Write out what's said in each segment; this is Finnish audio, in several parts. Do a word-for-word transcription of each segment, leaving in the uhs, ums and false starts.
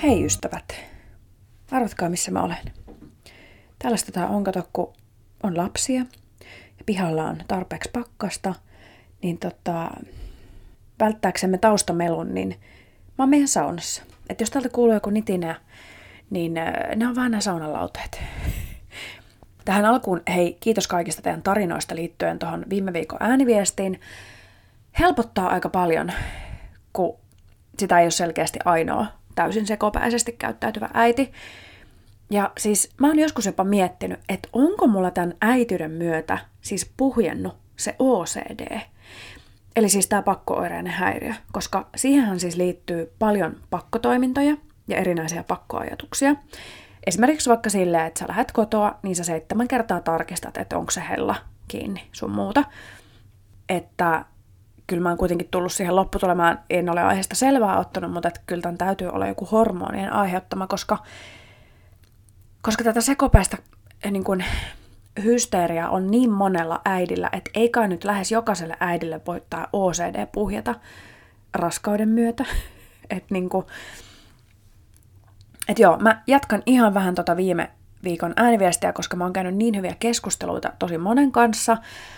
Hei ystävät, arvatkaa missä mä olen. Tällaista tää on, kato, kun on lapsia ja pihalla on tarpeeksi pakkasta, niin tota, välttääksemme taustamelun, niin mä oon meidän saunassa. Et jos täältä kuuluu joku nitinä, niin ne on vaan nämä saunalauteet. Tähän alkuun, hei, kiitos kaikista teidän tarinoista liittyen tuohon viime viikon ääniviestiin. Helpottaa aika paljon, kun sitä ei ole selkeästi ainoa täysin sekopäisesti käyttäytyvä äiti. Ja siis mä oon joskus jopa miettinyt, että onko mulla tämän äityyden myötä siis puhjennut se O C D. Eli siis tämä pakko-oireinen häiriö, koska siihenhän siis liittyy paljon pakkotoimintoja ja erinäisiä pakkoajatuksia. Esimerkiksi vaikka silleen, että sä lähdet kotoa, niin sä seitsemän kertaa tarkistat, että onko se hella kiinni sun muuta. Että kyllä mä oon kuitenkin tullut siihen lopputulemaan, en ole aiheesta selvää ottanut, mutta että kyllä tämän täytyy olla joku hormonien aiheuttama, koska, koska tätä sekopäistä niin kuin hysteeriaa on niin monella äidillä, että ei kai nyt lähes jokaiselle äidille voi tää O C D puhjeta raskauden myötä. Että niin kuin, et joo, mä jatkan ihan vähän tota viime viikon ääniviestiä, koska mä oon käynyt niin hyviä keskusteluita tosi monen kanssa.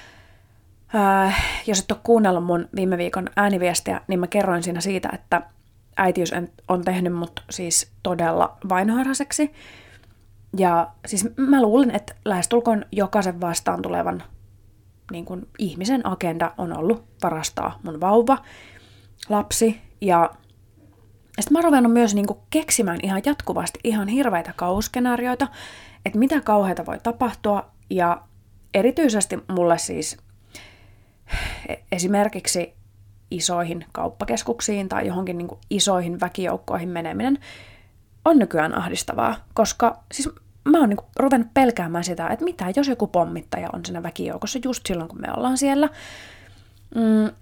Äh, jos et ole kuunnellut mun viime viikon ääniviestiä, niin mä kerroin siinä siitä, että äitiys on tehnyt mut siis todella vainoharhaiseksi. Ja siis mä luulen, että lähestulkoon jokaisen vastaan tulevan niin kun ihmisen agenda on ollut varastaa mun vauva, lapsi. Ja sitten mä oon ruvennut myös niin kun keksimään ihan jatkuvasti ihan hirveitä kauhuskenaarioita, että mitä kauheita voi tapahtua. Ja erityisesti mulle siis esimerkiksi isoihin kauppakeskuksiin tai johonkin niin kuin isoihin väkijoukkoihin meneminen on nykyään ahdistavaa, koska siis mä oon niin kuin ruvennut pelkäämään sitä, että mitä jos joku pommittaja on siinä väkijoukossa just silloin, kun me ollaan siellä. Mm.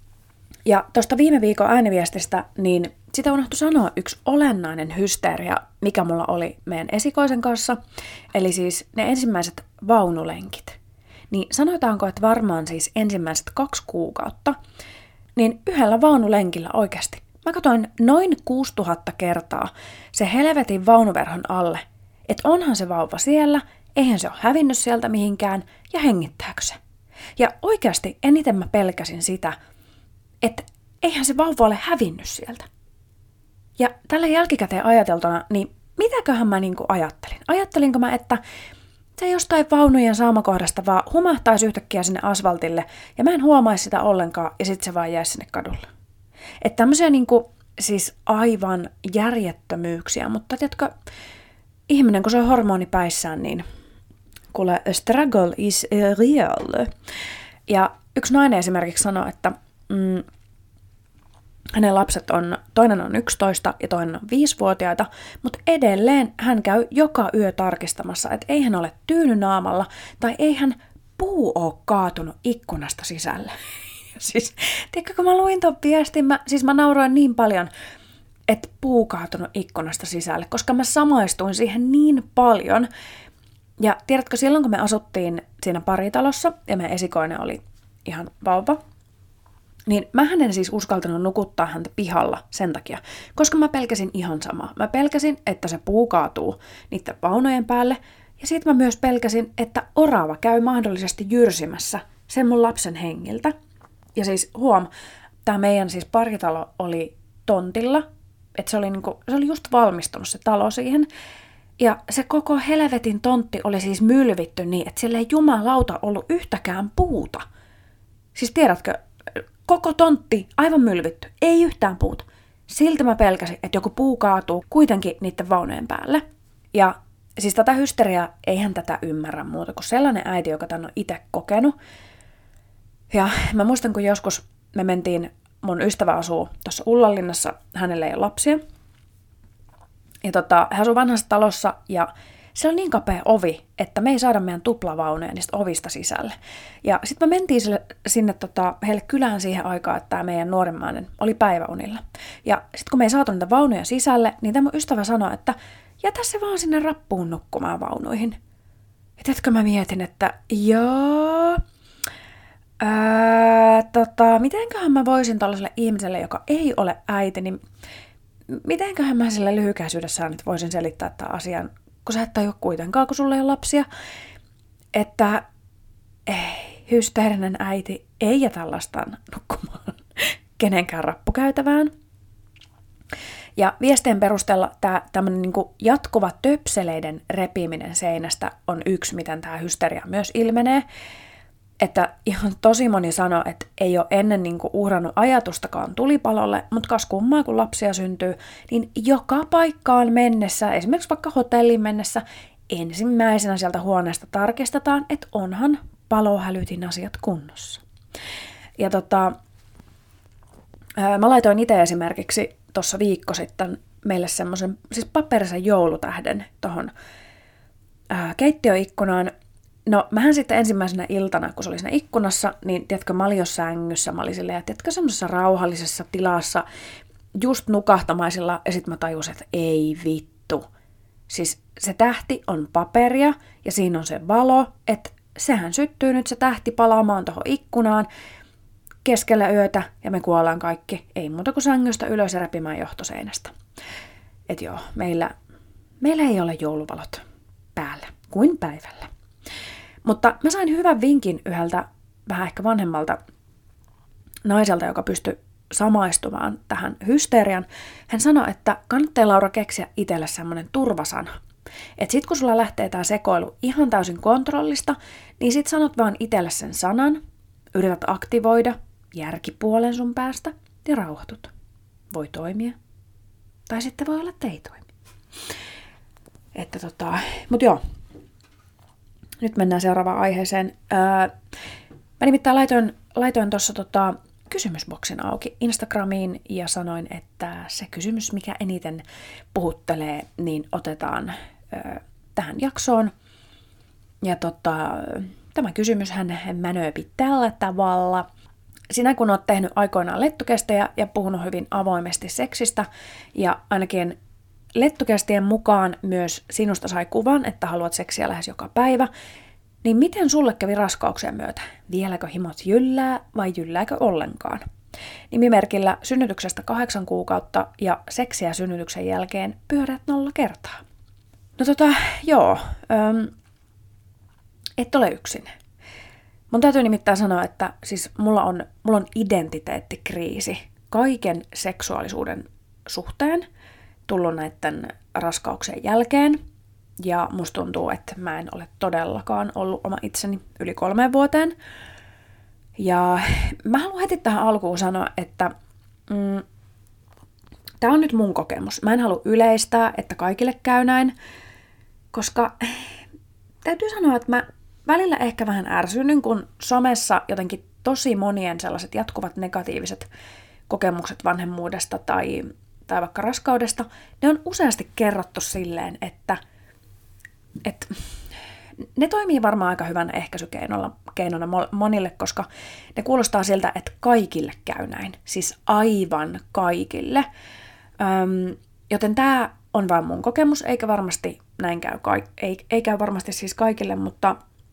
Ja tuosta viime viikon ääniviestistä, niin sitä unohtui sanoa yksi olennainen hysteeria, mikä mulla oli meidän esikoisen kanssa, eli siis ne ensimmäiset vaunulenkit. Niin sanotaanko, että varmaan siis ensimmäiset kaksi kuukautta, niin yhdellä vaunulenkillä oikeasti. Mä katsoin noin kuusituhatta kertaa se helvetin vaunuverhon alle, että onhan se vauva siellä, eihän se ole hävinnyt sieltä mihinkään, ja hengittääkö se. Ja oikeasti eniten mä pelkäsin sitä, että eihän se vauva ole hävinnyt sieltä. Ja tällä jälkikäteen ajateltuna, niin mitäköhän mä niinku ajattelin? Ajattelinko mä, että se jostain vaunujen saamakohdasta vaan humahtaisi yhtäkkiä sinne asfaltille, ja mä en huomaisi sitä ollenkaan, ja sitten se vaan jäisi sinne kadulle. Että tämmöisiä niinku, siis aivan järjettömyyksiä, mutta tiedätkö, ihminen kun se on hormonipäissään, niin kuule, struggle is real. Ja yksi nainen esimerkiksi sanoi, että mm, hänen lapset on, toinen on yksitoista ja toinen on viisivuotiaita, mutta edelleen hän käy joka yö tarkistamassa, että ei hän ole tyynynaamalla tai ei hän puu ole kaatunut ikkunasta sisälle. Siis, tiedätkö, kun mä luin ton viestin, mä, siis mä nauroin niin paljon, että puu kaatunut ikkunasta sisälle, koska mä samaistuin siihen niin paljon. Ja tiedätkö, silloin kun me asuttiin siinä paritalossa ja meidän esikoinen oli ihan vauva, niin mä en siis uskaltanut nukuttaa häntä pihalla sen takia, koska mä pelkäsin ihan samaa. Mä pelkäsin, että se puu kaatuu niiden vaunojen päälle, ja sitten mä myös pelkäsin, että orava käy mahdollisesti jyrsimässä sen mun lapsen hengiltä. Ja siis huom, tää meidän siis paritalo oli tontilla, että se oli, niinku, se oli just valmistunut se talo siihen, ja se koko helvetin tontti oli siis mylvitty niin, että siellä ei jumalauta ollut yhtäkään puuta. Siis tiedätkö, koko tontti aivan mylvitty, ei yhtään puuta. Silti mä pelkäsin, että joku puu kaatuu kuitenkin niiden vaunojen päälle. Ja siis tätä hysteriaa eihän tätä ymmärrä muuta kuin sellainen äiti, joka tän on itse kokenut. Ja mä muistan, kun joskus me mentiin, mun ystävä asuu tuossa Ullanlinnassa, hänellä ei ole lapsia. Ja tota, hän asuu vanhassa talossa ja se on niin kapea ovi, että me ei saada meidän tuplavaunuja niistä ovista sisälle. Ja sitten me mentiin sille, sinne tota, heille kylään siihen aikaan, että tämä meidän nuorimmainen oli päiväunilla. Ja sitten kun me ei saatu niitä vaunuja sisälle, niin tämä ystävä sanoi, että jätä se vaan sinne rappuun nukkumaan vaunuihin. Ja tiedätkö, mä mietin, että joo, ää, tota, mitenköhän mä voisin tällaiselle ihmiselle, joka ei ole äiti, niin mitenköhän mä sillä lyhykäisyydessään nyt voisin selittää tämän asian, kun sä et tajua kuitenkaan, kun sulla ei ole lapsia, että ei, hysteerinen äiti ei jätä lastaan nukkumaan kenenkään rappukäytävään. Ja viestien perusteella tämä tämmöinen niin kuin jatkuva töpseleiden repiminen seinästä on yksi, miten tämä hysteria myös ilmenee. Että ihan tosi moni sanoo, että ei ole ennen niin kuin uhrannut ajatustakaan tulipalolle, mutta kas kummaa, kun lapsia syntyy, niin joka paikkaan mennessä, esimerkiksi vaikka hotelliin mennessä, ensimmäisenä sieltä huoneesta tarkistetaan, että onhan palohälytin asiat kunnossa. Ja tota, mä laitoin itse esimerkiksi tuossa viikko sitten meille semmoisen, siis paperisen joulutähden tuohon keittiöikkunaan. No, mähän sitten ensimmäisenä iltana, kun se oli siinä ikkunassa, niin tiedätkö, mä olin jo sängyssä, mä olin silleen, ja tiedätkö, semmoisessa rauhallisessa tilassa, just nukahtamaisilla, ja sitten mä tajusin, että ei vittu. Siis se tähti on paperia, ja siinä on se valo, että sehän syttyy nyt se tähti palaamaan tuohon ikkunaan keskellä yötä, ja me kuollaan kaikki. Ei muuta kuin sängystä ylös ja repimään johtoseinästä. Et joo, meillä, meillä ei ole jouluvalot päällä, kuin päivällä. Mutta mä sain hyvän vinkin yhdeltä vähän ehkä vanhemmalta naiselta, joka pystyi samaistumaan tähän hysterian. Hän sanoi, että kannattaa, Laura, keksiä itselle semmoinen turvasana. Että sit kun sulla lähtee tää sekoilu ihan täysin kontrollista, niin sit sanot vaan itselle sen sanan, yrität aktivoida järkipuolen sun päästä ja rauhoitut. Voi toimia. Tai sitten voi olla, että ei toimi. Että tota, mut joo. Nyt mennään seuraavaan aiheeseen. Öö, mä nimittäin laitoin, laitoin tuossa tota, kysymysboksin auki Instagramiin ja sanoin, että se kysymys, mikä eniten puhuttelee, niin otetaan öö, tähän jaksoon. Ja tota, tämä kysymyshän mänööpi tällä tavalla. Sinä kun olet tehnyt aikoinaan lettukestejä ja puhunut hyvin avoimesti seksistä ja ainakin lettukestien mukaan myös sinusta sai kuvan, että haluat seksiä lähes joka päivä, niin miten sulle kävi raskauksien myötä? Vieläkö himot jyllää vai jyllääkö ollenkaan? Nimimerkillä synnytyksestä kahdeksan kuukautta ja seksiä synnytyksen jälkeen pyöreät nolla kertaa. No tota, joo, ähm, et ole yksin. Mun täytyy nimittäin sanoa, että siis mulla on, mulla on identiteettikriisi kaiken seksuaalisuuden suhteen tullut näiden raskauksien jälkeen. Ja musta tuntuu, että mä en ole todellakaan ollut oma itseni yli kolmeen vuoteen. Ja mä haluan heti tähän alkuun sanoa, että mm, tää on nyt mun kokemus. Mä en halua yleistää, että kaikille käy näin, koska täytyy sanoa, että mä välillä ehkä vähän ärsynyn, kun somessa jotenkin tosi monien sellaiset jatkuvat negatiiviset kokemukset vanhemmuudesta tai, tai vaikka raskaudesta, ne on useasti kerrottu silleen, että, että ne toimii varmaan aika hyvänä ehkäisykeinona keinona monille, koska ne kuulostaa siltä, että kaikille käy näin. Siis aivan kaikille. Öm, joten tämä on vain mun kokemus, eikä varmasti näin käy, ei, ei käy varmasti siis kaikille, mutta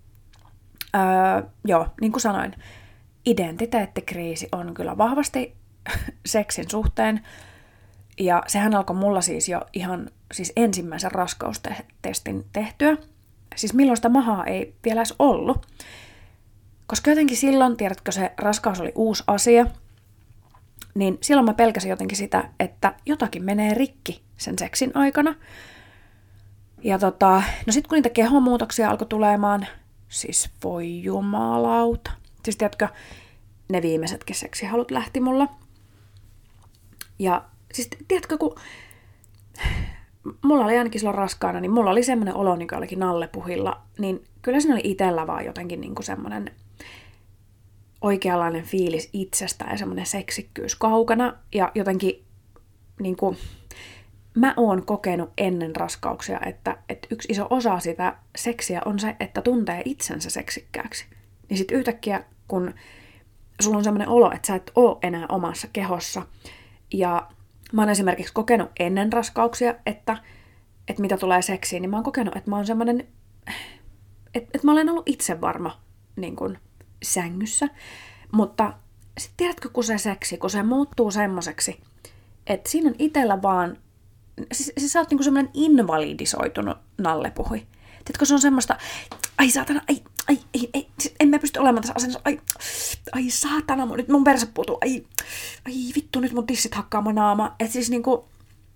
öö, joo, niin kuin sanoin, identiteettikriisi on kyllä vahvasti seksin suhteen. Ja sehän alkoi mulla siis jo ihan siis ensimmäisen raskaustestin tehtyä. Siis milloin sitä mahaa ei vielä edes ollut. Koska jotenkin silloin, tiedätkö, se raskaus oli uusi asia, niin silloin mä pelkäsin jotenkin sitä, että jotakin menee rikki sen seksin aikana. Ja tota, no sit kun niitä kehomuutoksia alkoi tulemaan, siis voi jumalauta. Siis tiedätkö, ne viimeisetkin seksihalut lähti mulla. Ja siis tiedätkö, kun mulla oli ainakin silloin raskaana, niin mulla oli semmoinen olo, niin kuin olikin nallepuhilla, niin kyllä siinä oli itsellä vaan jotenkin niin kuin semmoinen oikeanlainen fiilis itsestä ja semmoinen seksikkyys kaukana. Ja jotenkin niin kuin, mä oon kokenut ennen raskauksia, että, että yksi iso osa sitä seksiä on se, että tuntee itsensä seksikkääksi. Niin sit yhtäkkiä, kun sulla on semmoinen olo, että sä et oo enää omassa kehossa. Ja mä oon esimerkiksi kokenut ennen raskauksia, että, että mitä tulee seksiin, niin mä oon kokenut, että mä oon semmoinen, että, että mä olen ollut itse varma niin kuin sängyssä. Mutta sitten tiedätkö, kun se seksi, kun se muuttuu semmoiseksi, että siinä on itsellä vaan, siis, siis sä oot niinku semmoinen invalidisoitunut nallepuhui. Tiedätkö, se on semmoista, ai saatana, ai, ai, ei, ei, siis en mä pysty olemaan tässä asennossa, ai, ai saatana, nyt mun perse puutuu, ai, ai vittu, nyt mun tissit hakkaa mun naama. Että siis niinku,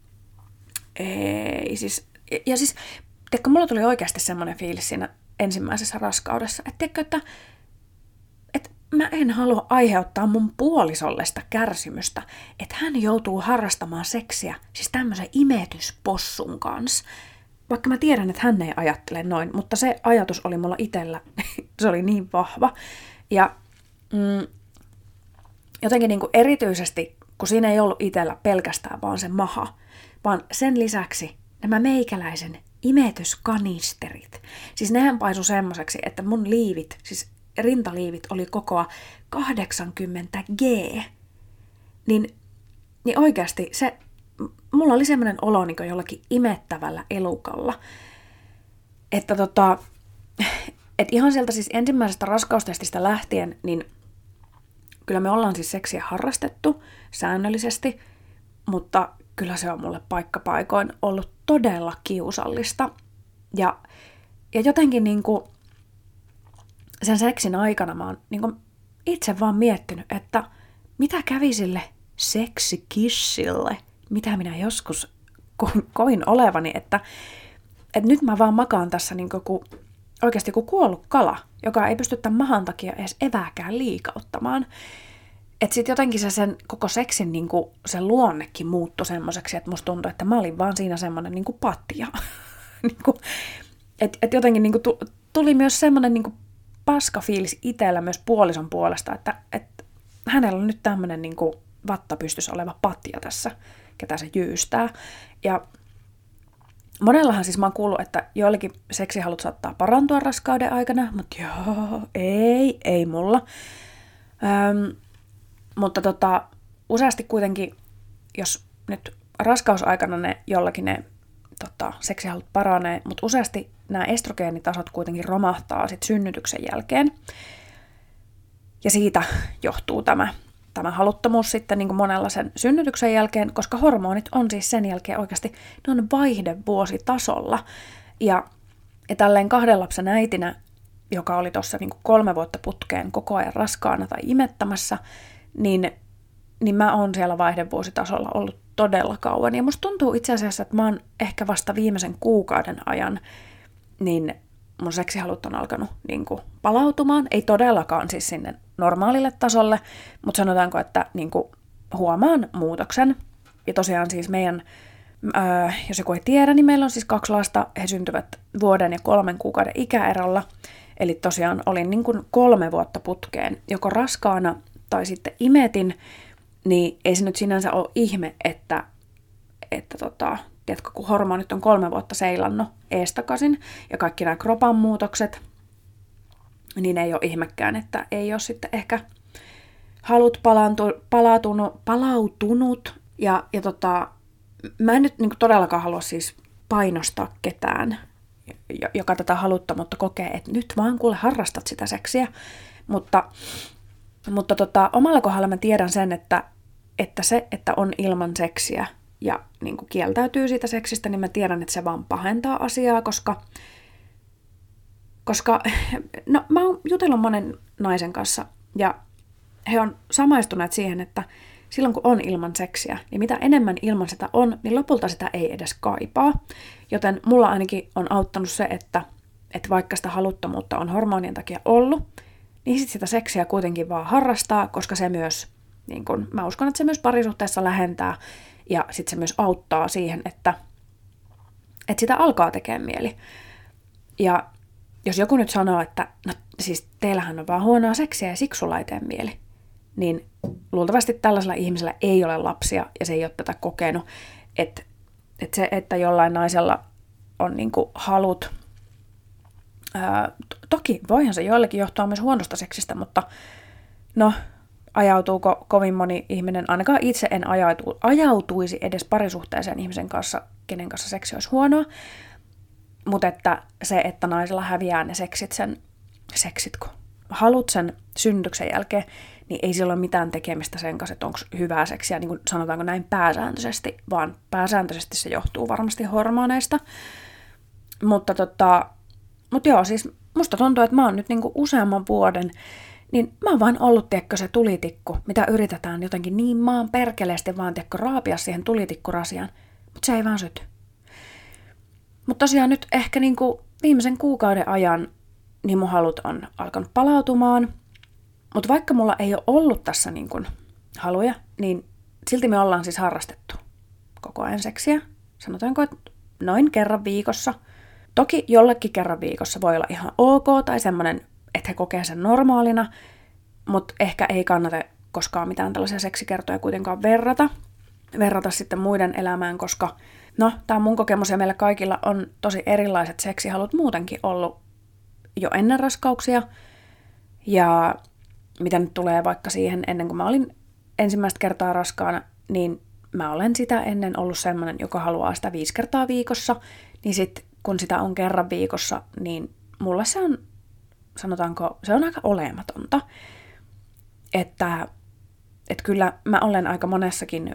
ei siis, ja, ja siis, tiedätkö, mulla tuli oikeasti semmoinen fiilis siinä ensimmäisessä raskaudessa, että tiedätkö, että, että mä en halua aiheuttaa mun puolisolle sitä kärsimystä, että hän joutuu harrastamaan seksiä, siis tämmöisen imetyspossun kanssa. Vaikka mä tiedän, että hän ei ajattele noin, mutta se ajatus oli mulla itsellä, se oli niin vahva. Ja mm, jotenkin niin kuin erityisesti, kun siinä ei ollut itsellä pelkästään vaan se maha, vaan sen lisäksi nämä meikäläisen imetyskanisterit. Siis nehän paisu semmoiseksi, että mun liivit, siis rintaliivit oli kokoa kahdeksankymmentä grammaa. Niin, niin oikeasti se, mulla oli semmoinen olo niin kuin jollakin imettävällä elukalla. Että tota, et ihan sieltä siis ensimmäisestä raskaustestistä lähtien, niin kyllä me ollaan siis seksiä harrastettu säännöllisesti, mutta kyllä se on mulle paikkapaikoin ollut todella kiusallista. Ja, ja jotenkin niin kuin sen seksin aikana mä oon niin kuin itse vaan miettinyt, että mitä kävi sille seksikissille, mitä minä joskus ko- koin olevani, että, että nyt mä vaan makaan tässä niin kuin oikeasti kuin kuollut kala, joka ei pysty tämän mahan takia edes evääkään liikauttamaan. Että sitten jotenkin se sen koko seksin niin kuin, se luonnekin muuttui semmoiseksi, että musta tuntui, että mä olin vaan siinä semmoinen niin kuin patja. Että et jotenkin niin kuin, tuli myös semmoinen niin kuin paska fiilis itsellä myös puolison puolesta, että et hänellä on nyt tämmöinen niin kuin vattapystys oleva patja tässä, ketä se jyystää. Ja monellahan siis mä oon kuullut, että joillekin seksihalut saattaa parantua raskauden aikana, mutta joo, ei, ei mulla. Öm, mutta tota, useasti kuitenkin, jos nyt raskausaikana ne jollakin ne tota, seksihalut paranee, mutta useasti nämä estrogeenitasot kuitenkin romahtaa sit synnytyksen jälkeen. Ja siitä johtuu tämä, tämä haluttomuus sitten niin kuin monella sen synnytyksen jälkeen, koska hormonit on siis sen jälkeen oikeasti, ne on vaihdevuositasolla. Ja, ja tälleen kahden lapsen äitinä, joka oli tuossa niin kuin kolme vuotta putkeen koko ajan raskaana tai imettämässä, niin, niin mä oon siellä vaihdevuositasolla ollut todella kauan. Ja musta tuntuu itse asiassa, että mä oon ehkä vasta viimeisen kuukauden ajan, niin mun seksihalut on alkanut niin kuin palautumaan. Ei todellakaan siis sinne normaalille tasolle, mutta sanotaanko, että niin kuin huomaan muutoksen. Ja tosiaan siis meidän, ää, jos joku ei tiedä, niin meillä on siis kaksi lasta. He syntyvät vuoden ja kolmen kuukauden ikäerolla. Eli tosiaan olin niin kuin kolme vuotta putkeen, joko raskaana tai sitten imetin, niin ei se nyt sinänsä ole ihme, että, että tota, tiedätkö, kun hormonit on kolme vuotta seilannut eestakaisin ja kaikki nämä kropan muutokset, niin ei ole ihmekään, että ei ole sitten ehkä halut palaantu, palautunut, palautunut. Ja, ja tota, mä en nyt niin kuin todellakaan halua siis painostaa ketään, joka tätä haluttomuutta kokee, että nyt vaan kuule harrastat sitä seksiä, mutta Mutta tota, omalla kohdalla mä tiedän sen, että, että se, että on ilman seksiä ja niin kuin kieltäytyy siitä seksistä, niin mä tiedän, että se vaan pahentaa asiaa, koska, koska no, mä oon jutellut monen naisen kanssa ja he on samaistuneet siihen, että silloin kun on ilman seksiä, niin mitä enemmän ilman sitä on, niin lopulta sitä ei edes kaipaa. Joten mulla ainakin on auttanut se, että, että vaikka sitä haluttomuutta on hormonien takia ollut, niin sit sitä seksiä kuitenkin vaan harrastaa, koska se myös, niin kun, mä uskon, että se myös parisuhteessa lähentää ja sitten se myös auttaa siihen, että, että sitä alkaa tekemään mieli. Ja jos joku nyt sanoo, että no siis teillähän on vaan huonoa seksiä ja siksi sulla ei tee mieli, niin luultavasti tällaisella ihmisellä ei ole lapsia ja se ei ole tätä kokenut. Että et se, että jollain naisella on niinku halut, ää, toki voihan se joillekin johtua myös huonosta seksistä, mutta no, ajautuuko kovin moni ihminen, ainakaan itse en ajautu, ajautuisi edes parisuhteeseen ihmisen kanssa, kenen kanssa seksi olisi huonoa, mutta että se, että naisella häviää ne seksit, sen, seksit kun halut sen synnytyksen jälkeen, niin ei sillä ole mitään tekemistä sen kanssa, että onko hyvää seksiä, niin kuin sanotaanko näin pääsääntöisesti, vaan pääsääntöisesti se johtuu varmasti hormoneista. Mutta tota, mut joo, siis musta tuntuu, että mä oon nyt niinku useamman vuoden, niin mä oon vaan ollut, tiedätkö, se tulitikku, mitä yritetään jotenkin niin maan perkeleesti vaan, tiedätkö, raapia siihen tulitikkurasiaan, mutta se ei vaan syty. Mutta tosiaan nyt ehkä niinku viimeisen kuukauden ajan niin mun halut on alkanut palautumaan, mutta vaikka mulla ei ole ollut tässä niinku haluja, niin silti me ollaan siis harrastettu koko ajan seksiä. Sanotaanko, että noin kerran viikossa. Toki jollekin kerran viikossa voi olla ihan ok tai semmoinen, että he kokee sen normaalina, mutta ehkä ei kannata koskaan mitään tällaisia seksikertoja kuitenkaan verrata. Verrata sitten muiden elämään, koska no, tämä on mun kokemus ja meillä kaikilla on tosi erilaiset seksihalut muutenkin ollut jo ennen raskauksia. Ja mitä nyt tulee vaikka siihen, ennen kuin mä olin ensimmäistä kertaa raskaana, niin mä olen sitä ennen ollut semmoinen, joka haluaa sitä viisi kertaa viikossa, niin sitten kun sitä on kerran viikossa, niin mulle se on, sanotaanko, se on aika olematonta. Että, että kyllä mä olen aika monessakin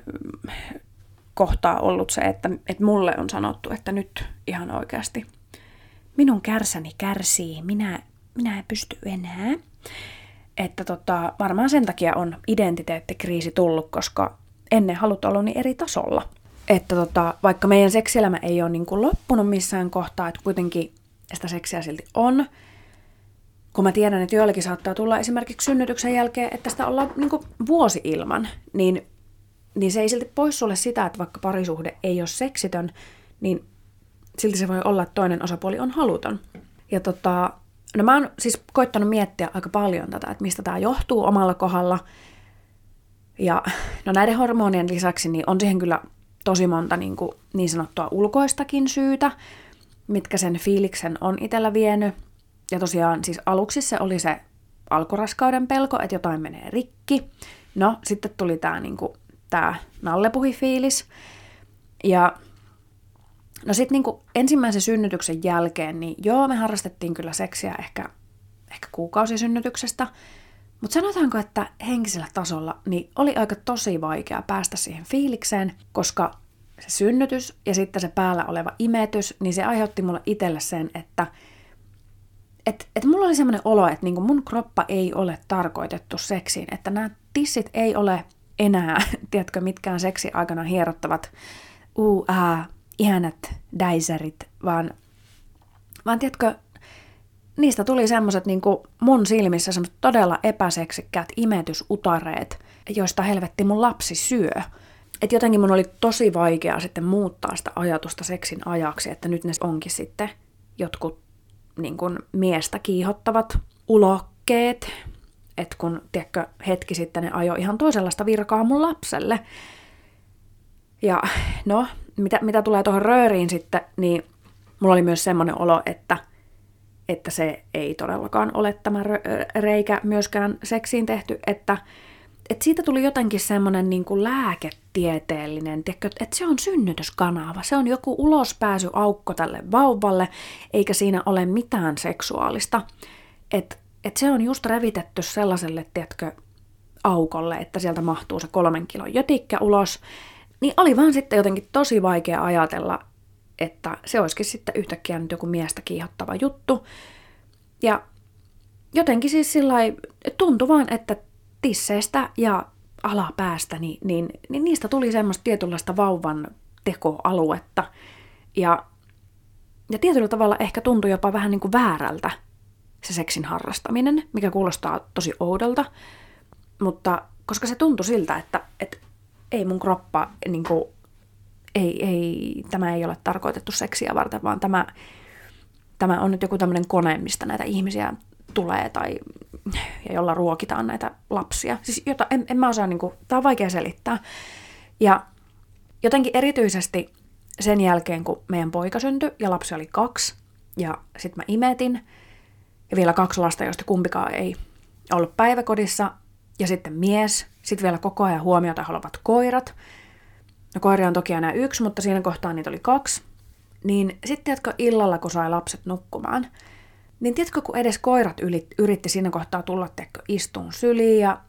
kohtaa ollut se, että, että mulle on sanottu, että nyt ihan oikeasti minun kärsäni kärsii, minä, minä en pysty enää. Että tota, varmaan sen takia on identiteettikriisi tullut, koska ennen halut ollut niin eri tasolla. Että tota, vaikka meidän seksielämä ei ole niin kuin loppunut missään kohtaa, että kuitenkin sitä seksiä silti on. Kun mä tiedän, että joillekin saattaa tulla esimerkiksi synnytyksen jälkeen, että sitä ollaan niin kuin vuosi ilman, niin, niin se ei silti pois sulle sitä, että vaikka parisuhde ei ole seksitön, niin silti se voi olla, että toinen osapuoli on haluton. Ja tota, no mä oon siis koittanut miettiä aika paljon tätä, että mistä tämä johtuu omalla kohdalla. Ja no näiden hormonien lisäksi niin on siihen kyllä tosi monta niin, kuin, niin sanottua ulkoistakin syytä, mitkä sen fiiliksen on itsellä vienyt. Ja tosiaan siis aluksi se oli se alkuraskauden pelko, että jotain menee rikki. No sitten tuli tämä niin kuin, tää nallepuhi-fiilis. Ja no sitten niin ensimmäisen synnytyksen jälkeen, niin joo, me harrastettiin kyllä seksiä ehkä, ehkä kuukausisynnytyksestä. Mutta sanotaanko, että henkisellä tasolla niin oli aika tosi vaikea päästä siihen fiilikseen, koska se synnytys ja sitten se päällä oleva imetys, niin se aiheutti mulle itselle sen, että et, et mulla oli semmoinen olo, että niinku mun kroppa ei ole tarkoitettu seksiin, että nämä tissit ei ole enää, tiedätkö, mitkään seksi aikana hierottavat uu, ää, ihanat daiserit, vaan, vaan tiedätkö, niistä tuli semmoiset niin kuin mun silmissä semmoiset todella epäseksikkäät imetysutareet, joista helvetti mun lapsi syö. Et jotenkin mun oli tosi vaikeaa sitten muuttaa sitä ajatusta seksin ajaksi, että nyt ne onkin sitten jotkut niin kuin miestä kiihottavat ulokkeet. Että kun, tiedätkö, hetki sitten ne ajoi ihan toisenlaista virkaa mun lapselle. Ja no, mitä, mitä tulee tuohon rööriin sitten, niin mulla oli myös semmoinen olo, että että se ei todellakaan ole tämä reikä myöskään seksiin tehty, että, että siitä tuli jotenkin semmoinen niin kuin lääketieteellinen, tiedätkö, että se on synnytyskanava, se on joku ulospääsyaukko tälle vauvalle, eikä siinä ole mitään seksuaalista, että, että se on just revitetty sellaiselle, tiedätkö, aukolle, että sieltä mahtuu se kolmen kilon jötikkä ulos, niin oli vaan sitten jotenkin tosi vaikea ajatella, että se olisikin sitten yhtäkkiä nyt joku miestä kiihottava juttu. Ja jotenkin siis sillai tuntui vaan, että tisseistä ja alapäästä, niin, niin, niin niistä tuli semmoista tietynlaista vauvan tekoaluetta. Ja, ja tietyllä tavalla ehkä tuntui jopa vähän niin kuin väärältä se seksin harrastaminen, mikä kuulostaa tosi oudolta. Mutta koska se tuntui siltä, että, että ei mun kroppa niin kuin Ei, ei, tämä ei ole tarkoitettu seksiä varten, vaan tämä, tämä on nyt joku tämmöinen kone, mistä näitä ihmisiä tulee tai ja jolla ruokitaan näitä lapsia. Siis jota, en, en mä osaa, niin kuin, tämä on vaikea selittää. Ja jotenkin erityisesti sen jälkeen, kun meidän poika syntyi ja lapsi oli kaksi, ja sitten mä imetin, ja vielä kaksi lasta, joista kumpikaan ei ollut päiväkodissa, ja sitten mies, sitten vielä koko ajan huomiota haluavat koirat. No koiria on toki aina yksi, mutta siinä kohtaa niitä oli kaksi. Niin sitten tiedätkö illalla, kun sai lapset nukkumaan, niin tiedätkö, kun edes koirat yritti siinä kohtaa tulla, tiedätkö, istuun syliin ja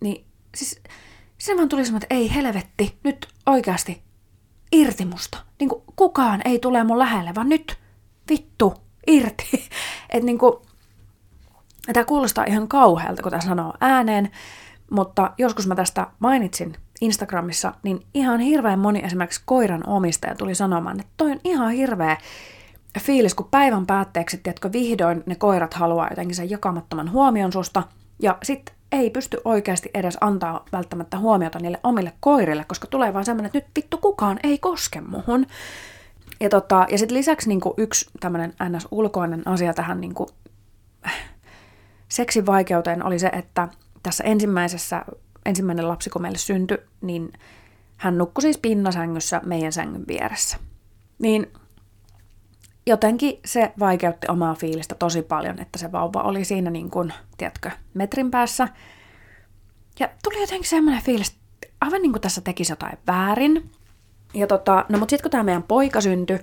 Niin siis se vaan tuli semmoinen, että ei helvetti, nyt oikeasti irti musta. Niin kuin kukaan ei tule mun lähelle, vaan nyt vittu irti. Että niin kuin, tämä kuulostaa ihan kauhealta, kun tämä sanoo ääneen, mutta joskus mä tästä mainitsin Instagramissa, niin ihan hirveän moni esimerkiksi koiran omistaja tuli sanomaan, että toi on ihan hirveä fiilis, kun päivän päätteeksi, tiedätkö, vihdoin ne koirat haluaa jotenkin sen jakamattoman huomion susta, ja sitten ei pysty oikeasti edes antaa välttämättä huomiota niille omille koirille, koska tulee vaan semmoinen, että nyt vittu kukaan ei koske muhun. Ja, tota, ja sitten lisäksi niinku yksi tämmöinen ns-ulkoinen asia tähän niinku, seksin vaikeuteen oli se, että tässä ensimmäisessä, ensimmäinen lapsi, kun meille syntyi, niin hän nukkui siis pinnasängyssä meidän sängyn vieressä. Niin jotenkin se vaikeutti omaa fiilistä tosi paljon, että se vauva oli siinä niin kuin, tiedätkö, metrin päässä. Ja tuli jotenkin semmoinen fiilis, että aivan niin kuin tässä tekisi jotain väärin. Ja tota, no mutta sitten kun tämä meidän poika syntyi,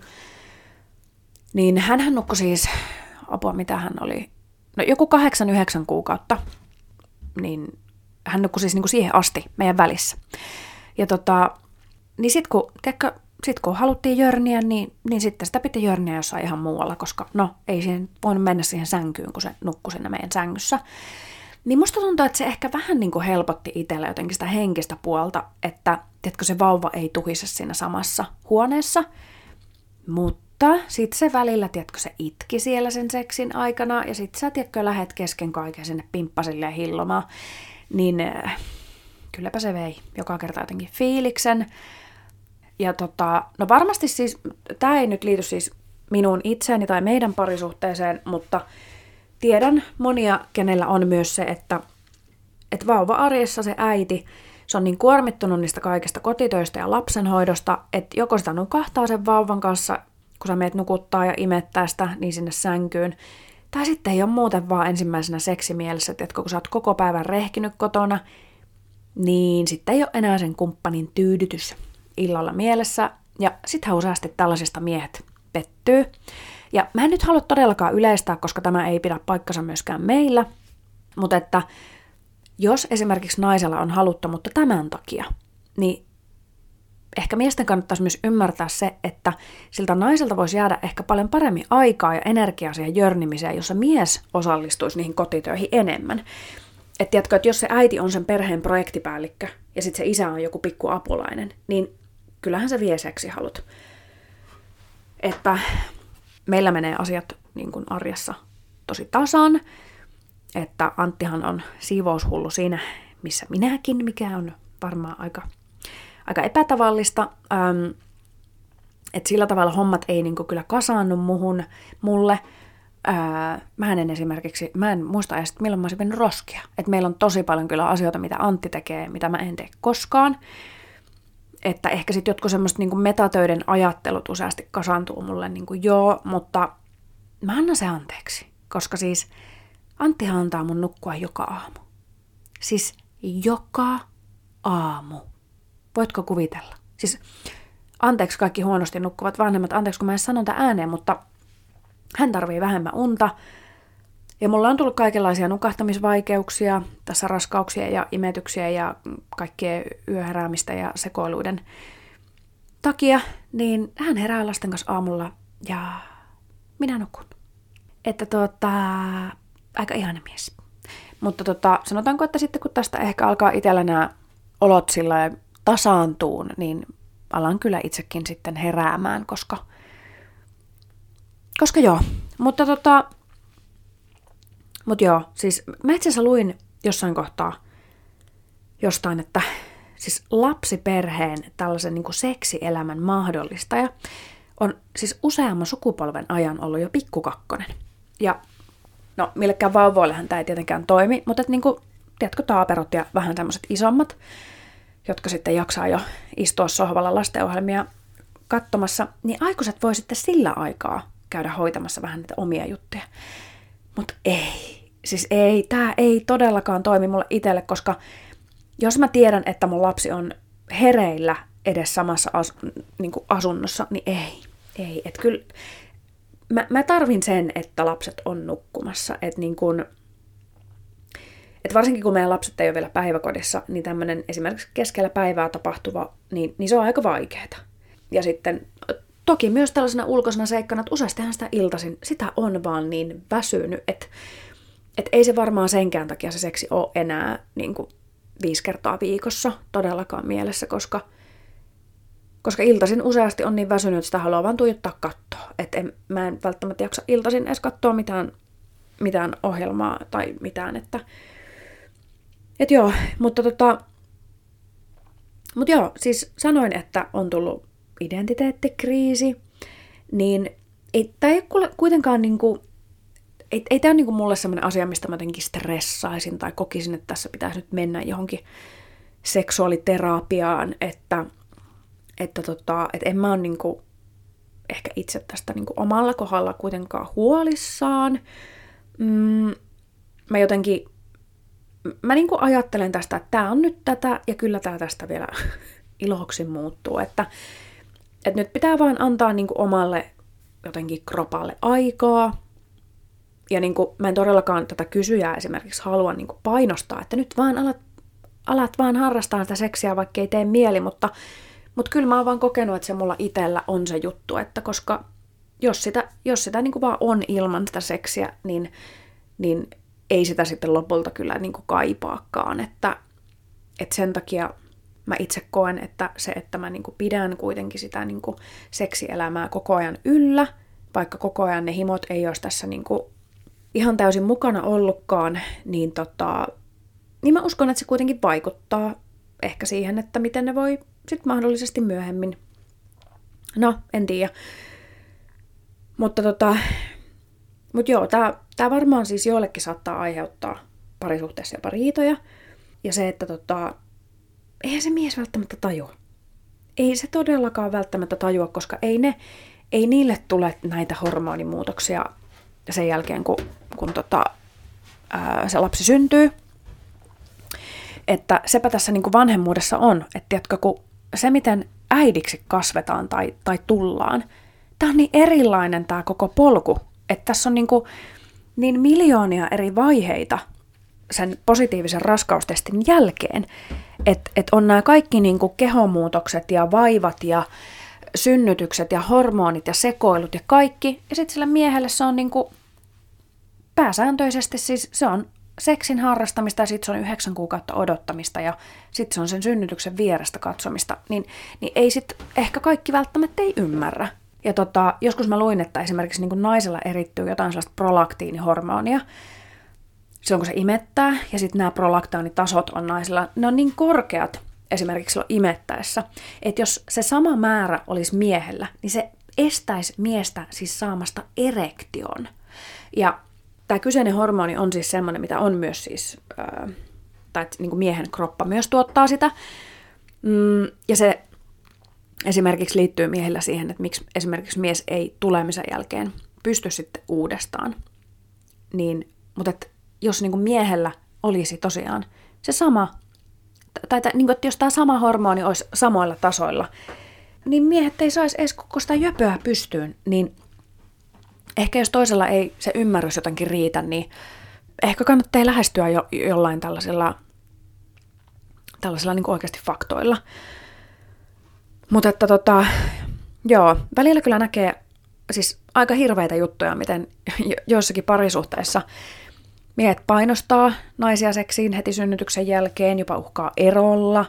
niin hänhän nukkui siis, apua mitä hän oli, no joku kahdeksan, yhdeksän kuukautta, niin hän nukkui siis niin kuin siihen asti meidän välissä. Ja tota, niin sitten kun, tiedätkö, sit kun haluttiin jörniä, niin, niin sitten sitä piti jörniä jossain ihan muualla, koska no ei siihen voinut mennä siihen sänkyyn, kun se nukkui sinne meidän sängyssä. Niin musta tuntuu, että se ehkä vähän niin kuin helpotti itselle jotenkin sitä henkistä puolta, että tiedätkö, se vauva ei tuhise siinä samassa huoneessa, mutta sitten se välillä, tiedätkö, se itki siellä sen seksin aikana, ja sitten sä, tiedätkö, lähet kesken kaiken sinne pimppasille ja hillomaan, niin äh, kylläpä se vei joka kerta jotenkin fiiliksen. Ja tota, no varmasti siis, tämä ei nyt liity siis minuun itseeni tai meidän parisuhteeseen, mutta tiedän monia, kenellä on myös se, että, että vauva-arjessa se äiti, se on niin kuormittunut niistä kaikista kotitöistä ja lapsenhoidosta, että joko sitä nukahtaa sen vauvan kanssa, kun sä meet nukuttaa ja imettää sitä, niin sinne sänkyyn, tai sitten ei ole muuten vaan ensimmäisenä seksimielessä, että kun sä oot koko päivän rehkinyt kotona, niin sitten ei ole enää sen kumppanin tyydytys illalla mielessä, ja sittenhän useasti tällaisista miehet pettyy. Ja mä en nyt halua todellakaan yleistää, koska tämä ei pidä paikkansa myöskään meillä, mutta että jos esimerkiksi naisella on haluttomuutta tämän takia, niin ehkä miesten kannattaisi myös ymmärtää se, että siltä naiselta voisi jäädä ehkä paljon paremmin aikaa ja energiaa siihen jörnimiseen, jossa mies osallistuisi niihin kotitöihin enemmän. Että tiedätkö, että jos se äiti on sen perheen projektipäällikkö ja sitten se isä on joku pikku apulainen, niin kyllähän se vie seksihalut. Että meillä menee asiat niin kuin arjessa tosi tasan, että Anttihan on siivoushullu siinä, missä minäkin, mikä on varmaan aika, aika epätavallista. Ähm, että sillä tavalla hommat ei niin kuin kyllä kasaannu muhun, mulle. Ää, mä en esimerkiksi, mä en muista edes, että milloin mä olisin mennyt roskia. Että meillä on tosi paljon kyllä asioita, mitä Antti tekee, mitä mä en tee koskaan. Että ehkä sitten jotkut semmoiset niin kuin metatöiden ajattelut useasti kasaantuu mulle niin kuin joo, mutta mä annan se anteeksi. Koska siis Anttihan antaa mun nukkua joka aamu. Siis joka aamu. Voitko kuvitella? Siis anteeksi kaikki huonosti nukkuvat vanhemmat, anteeksi kun mä en sanon tätä ääneen, mutta hän tarvii vähemmän unta. Ja mulla on tullut kaikenlaisia nukahtamisvaikeuksia, tässä raskauksia ja imetyksiä ja kaikkien yöheräämistä ja sekoiluiden takia, niin hän herää lasten kanssa aamulla ja minä nukun. Että tota, aika ihana mies. Mutta tota, sanotaanko, että sitten kun tästä ehkä alkaa itsellä nämä olot sillä tasaantuun, niin alan kyllä itsekin sitten heräämään, koska, koska joo. Mutta tota, mut joo, siis mä itse asiassa luin jossain kohtaa jostain, että siis lapsiperheen tällaisen niin kuin seksielämän mahdollistaja on siis useamman sukupolven ajan ollut jo pikkukakkonen. Ja no, millekään vauvoillehan tämä ei tietenkään toimi, mutta et, niin kuin, tiedätkö, taaperot ja vähän tämmöiset isommat, jotka sitten jaksaa jo istua sohvalla lastenohjelmia katsomassa, niin aikuiset voi sitten sillä aikaa käydä hoitamassa vähän niitä omia juttuja. Mutta ei, siis ei, tämä ei todellakaan toimi mulle itselle, koska jos mä tiedän, että mun lapsi on hereillä edes samassa as, niin kuin asunnossa, niin ei, ei. Että kyllä mä, mä tarvin sen, että lapset on nukkumassa. Että niin kuin, Et varsinkin kun meidän lapset ei ole vielä päiväkodissa, niin tämmöinen esimerkiksi keskellä päivää tapahtuva, niin, niin se on aika vaikeaa. Ja sitten toki myös tällaisena ulkoisena seikkana, että useastihan sitä iltaisin, sitä on vaan niin väsynyt, että, että ei se varmaan senkään takia se seksi ole enää niin kuin viisi kertaa viikossa todellakaan mielessä, koska, koska iltaisin useasti on niin väsynyt, että sitä haluaa vaan tuijottaa kattoa. Että en, mä en välttämättä jaksa iltaisin edes katsoa mitään, mitään ohjelmaa tai mitään, että et joo, mutta tota, mut joo, siis sanoin, että on tullut identiteettikriisi, niin ei, tämä ei ole kuitenkaan niinku, ei, ei tämä ole niinku mulle sellainen asia, mistä mä jotenkin stressaisin tai kokisin, että tässä pitäisi nyt mennä johonkin seksuaaliterapiaan, että, että, tota, että en mä ole niinku, ehkä itse tästä niinku omalla kohdalla kuitenkaan huolissaan. Mm, mä jotenkin, mä niinku ajattelen tästä, että tää on nyt tätä ja kyllä tää tästä vielä iloksi muuttuu, että, että nyt pitää vaan antaa niinku omalle jotenkin kropalle aikaa. Ja niinku, mä en todellakaan tätä kysyjää esimerkiksi halua niinku painostaa, että nyt vaan alat, alat vaan harrastaa sitä seksiä, vaikka ei tee mieli, mutta, mutta kyllä mä oon vaan kokenut, että se mulla itsellä on se juttu, että koska jos sitä, jos sitä niinku vaan on ilman sitä seksiä, niin, niin ei sitä sitten lopulta kyllä niinku kaipaakaan, että, että sen takia mä itse koen, että se, että mä niinku pidän kuitenkin sitä niinku seksielämää koko ajan yllä, vaikka koko ajan ne himot ei olisi tässä niinku ihan täysin mukana ollutkaan, niin, tota, niin mä uskon, että se kuitenkin vaikuttaa ehkä siihen, että miten ne voi sitten mahdollisesti myöhemmin. No, en tiedä. Mutta tota, mut joo, tää, tää varmaan siis joillekin saattaa aiheuttaa parisuhteessa jopa riitoja. Ja se, että tota, eihän se mies välttämättä tajua. Ei se todellakaan välttämättä tajua, koska ei, ne, ei niille tule näitä hormonimuutoksia sen jälkeen, kun, kun tota, ää, se lapsi syntyy. Että sepä tässä niin kuin vanhemmuudessa on, että tiedätkö, kun se miten äidiksi kasvetaan tai, tai tullaan, tämä on niin erilainen tämä koko polku, että tässä on niin, kuin, niin miljoonia eri vaiheita sen positiivisen raskaustestin jälkeen, että et on nämä kaikki niin kuin kehomuutokset ja vaivat ja synnytykset ja hormonit ja sekoilut ja kaikki, ja sitten sillä miehelle se on niin kuin pääsääntöisesti siis se on seksin harrastamista ja sitten se on yhdeksän kuukautta odottamista ja sitten se on sen synnytyksen vierestä katsomista, niin, niin ei sitten ehkä kaikki välttämättä ei ymmärrä. Ja tota, joskus mä luin, että esimerkiksi niin kuin naisella erittyy jotain sellaista prolaktiinihormonia silloin kun se imettää ja sitten nämä prolaktaanitasot on naisilla, ne on niin korkeat esimerkiksi silloin imettäessä, että jos se sama määrä olisi miehellä, niin se estäisi miestä siis saamasta erektion. Ja tämä kyseinen hormoni on siis semmoinen, mitä on myös siis, ää, tai niin kuin miehen kroppa myös tuottaa sitä. Mm, ja se esimerkiksi liittyy miehellä siihen, että miksi esimerkiksi mies ei tulemisen jälkeen pysty sitten uudestaan. Niin, mutta et, jos niin kuin miehellä olisi tosiaan se sama, tai niin kuin, että jos tämä sama hormoni olisi samoilla tasoilla, niin miehet ei saisi edes koko sitä jöpöä pystyyn, niin ehkä jos toisella ei se ymmärrys jotenkin riitä, niin ehkä kannattaa lähestyä jo, jollain tällaisilla, tällaisilla niin kuin oikeasti faktoilla. Mutta että tota, joo, välillä kyllä näkee siis aika hirveitä juttuja, miten joissakin parisuhteissa miehet painostaa naisia seksiin heti synnytyksen jälkeen, jopa uhkaa erolla.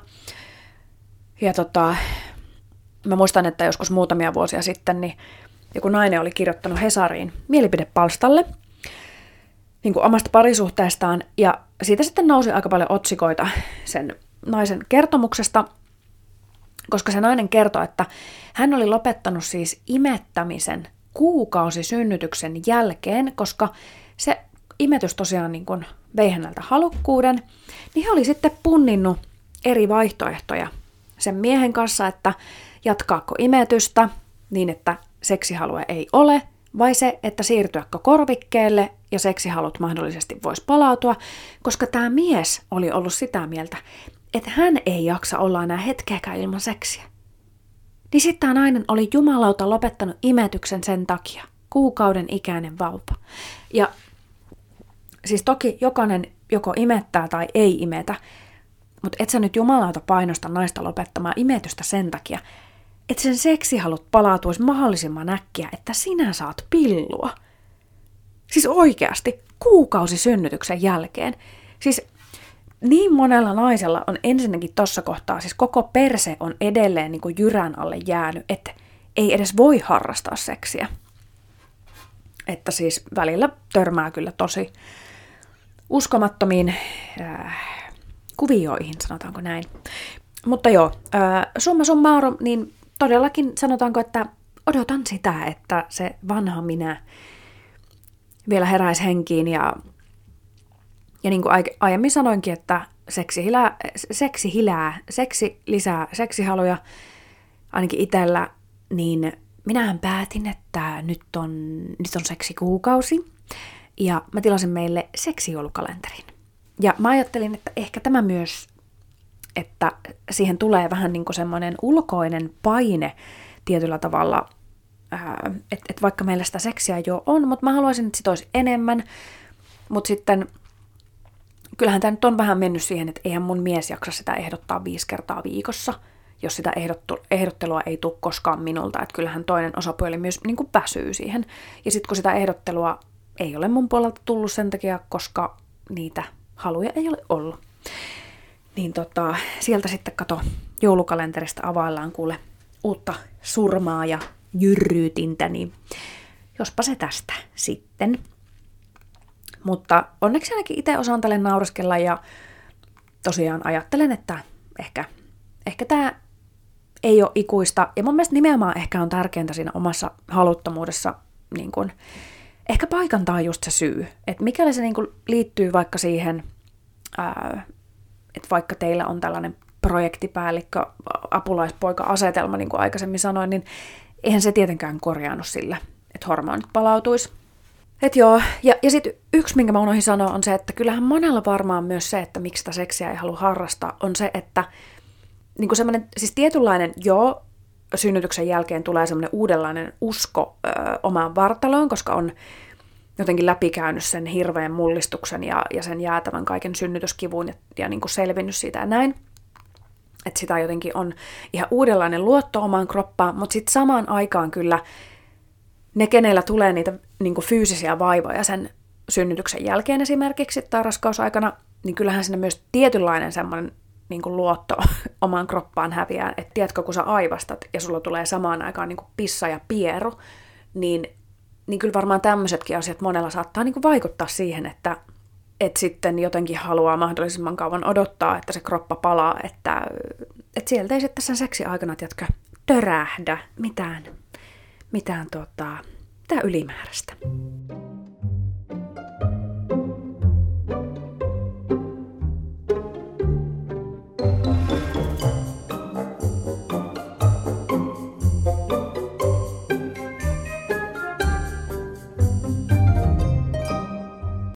Ja tota, mä muistan, että joskus muutamia vuosia sitten, niin joku nainen oli kirjoittanut Hesariin mielipidepalstalle niin kuin omasta parisuhteestaan, ja siitä sitten nousi aika paljon otsikoita sen naisen kertomuksesta, koska se nainen kertoi, että hän oli lopettanut siis imettämisen kuukausisynnytyksen jälkeen, koska se imetys tosiaan niin kuin vei häneltä halukkuuden, niin he oli sitten punninnut eri vaihtoehtoja sen miehen kanssa, että jatkaako imetystä niin, että seksihalua ei ole, vai se, että siirtyäkö korvikkeelle ja seksihalut mahdollisesti voisi palautua, koska tämä mies oli ollut sitä mieltä, että hän ei jaksa olla enää hetkeäkään ilman seksiä. Niin sitten tämä nainen oli jumalauta lopettanut imetyksen sen takia, kuukauden ikäinen vauva. Ja siis toki jokainen joko imettää tai ei imetä, mutta et sä nyt jumalauta painosta naista lopettamaan imetystä sen takia, että sen seksihalut palautuisi mahdollisimman äkkiä, että sinä saat pillua. Siis oikeasti, kuukausi synnytyksen jälkeen. Siis niin monella naisella on ensinnäkin tossa kohtaa, siis koko perse on edelleen niin kuin jyrän alle jäänyt, että ei edes voi harrastaa seksiä. Että siis välillä törmää kyllä tosi uskomattomiin äh, kuvioihin, sanotaanko näin. Mutta joo, äh, summa summarum, niin todellakin sanotaanko, että odotan sitä, että se vanha minä vielä heräisi henkiin ja, ja niin kuin aiemmin sanoinkin, että seksi hilää, seksi hilää, seksi lisää seksihaluja ainakin itsellä, niin minähän päätin, että nyt on, nyt on seksikuukausi ja mä tilasin meille seksijoulukalenterin. Ja mä ajattelin, että ehkä tämä myös, että siihen tulee vähän niin kuin semmoinen ulkoinen paine tietyllä tavalla, että et vaikka meillä sitä seksiä jo on, mutta mä haluaisin, että sitä olisi enemmän, mutta sitten kyllähän tämä nyt on vähän mennyt siihen, että eihän mun mies jaksa sitä ehdottaa viisi kertaa viikossa, jos sitä ehdottu, ehdottelua ei tule koskaan minulta, että kyllähän toinen osapuoli myös niin kuin väsyy siihen. Ja sitten kun sitä ehdottelua ei ole mun puolelta tullut sen takia, koska niitä haluja ei ole ollut. Niin tota, sieltä sitten kato, joulukalenterista availlaan kuule uutta surmaa ja jyrryytintä, niin jospa se tästä sitten. Mutta onneksi ainakin itse osaan tälle nauraskella ja tosiaan ajattelen, että ehkä, ehkä tämä ei ole ikuista. Ja mun mielestä nimenomaan ehkä on tärkeintä siinä omassa haluttomuudessa niin kun, ehkä paikantaa just se syy. Että mikäli se niin kun liittyy vaikka siihen, ää, että vaikka teillä on tällainen projektipäällikkö, apulaispoika-asetelma, niin kuin aikaisemmin sanoin, niin eihän se tietenkään korjaannut sillä, että hormonit palautuisi. Et joo, ja, ja sitten yksi, minkä mä unohdin sanoa, on se, että kyllähän monella varmaan myös se, että miksi sitä seksiä ei halua harrastaa, on se, että niin semmoinen, siis tietynlainen, joo, synnytyksen jälkeen tulee semmoinen uudenlainen usko ö, omaan vartaloon, koska on jotenkin läpikäynyt sen hirveän mullistuksen ja, ja sen jäätävän kaiken synnytyskivun ja, ja niin kuin selvinnyt siitä ja näin. Että sitä jotenkin on ihan uudenlainen luotto omaan kroppaan, mutta sitten samaan aikaan kyllä ne, kenellä tulee niitä niin kuin fyysisiä vaivoja sen synnytyksen jälkeen esimerkiksi tai raskausaikana, niin kyllähän siinä myös tietynlainen semmoinen niin kuin luotto omaan kroppaan häviää. Että tiedätkö, kun sä aivastat ja sulla tulee samaan aikaan niin kuin pissa ja pieru, niin, niin kyllä varmaan tämmöisetkin asiat monella saattaa niin kuin vaikuttaa siihen, että et sitten jotenkin haluaa mahdollisimman kauan odottaa, että se kroppa palaa, että et sieltä ei sitten sen seksiaikana, tiedätkö, törähdä mitään, mitään tota, mitään ylimääräistä.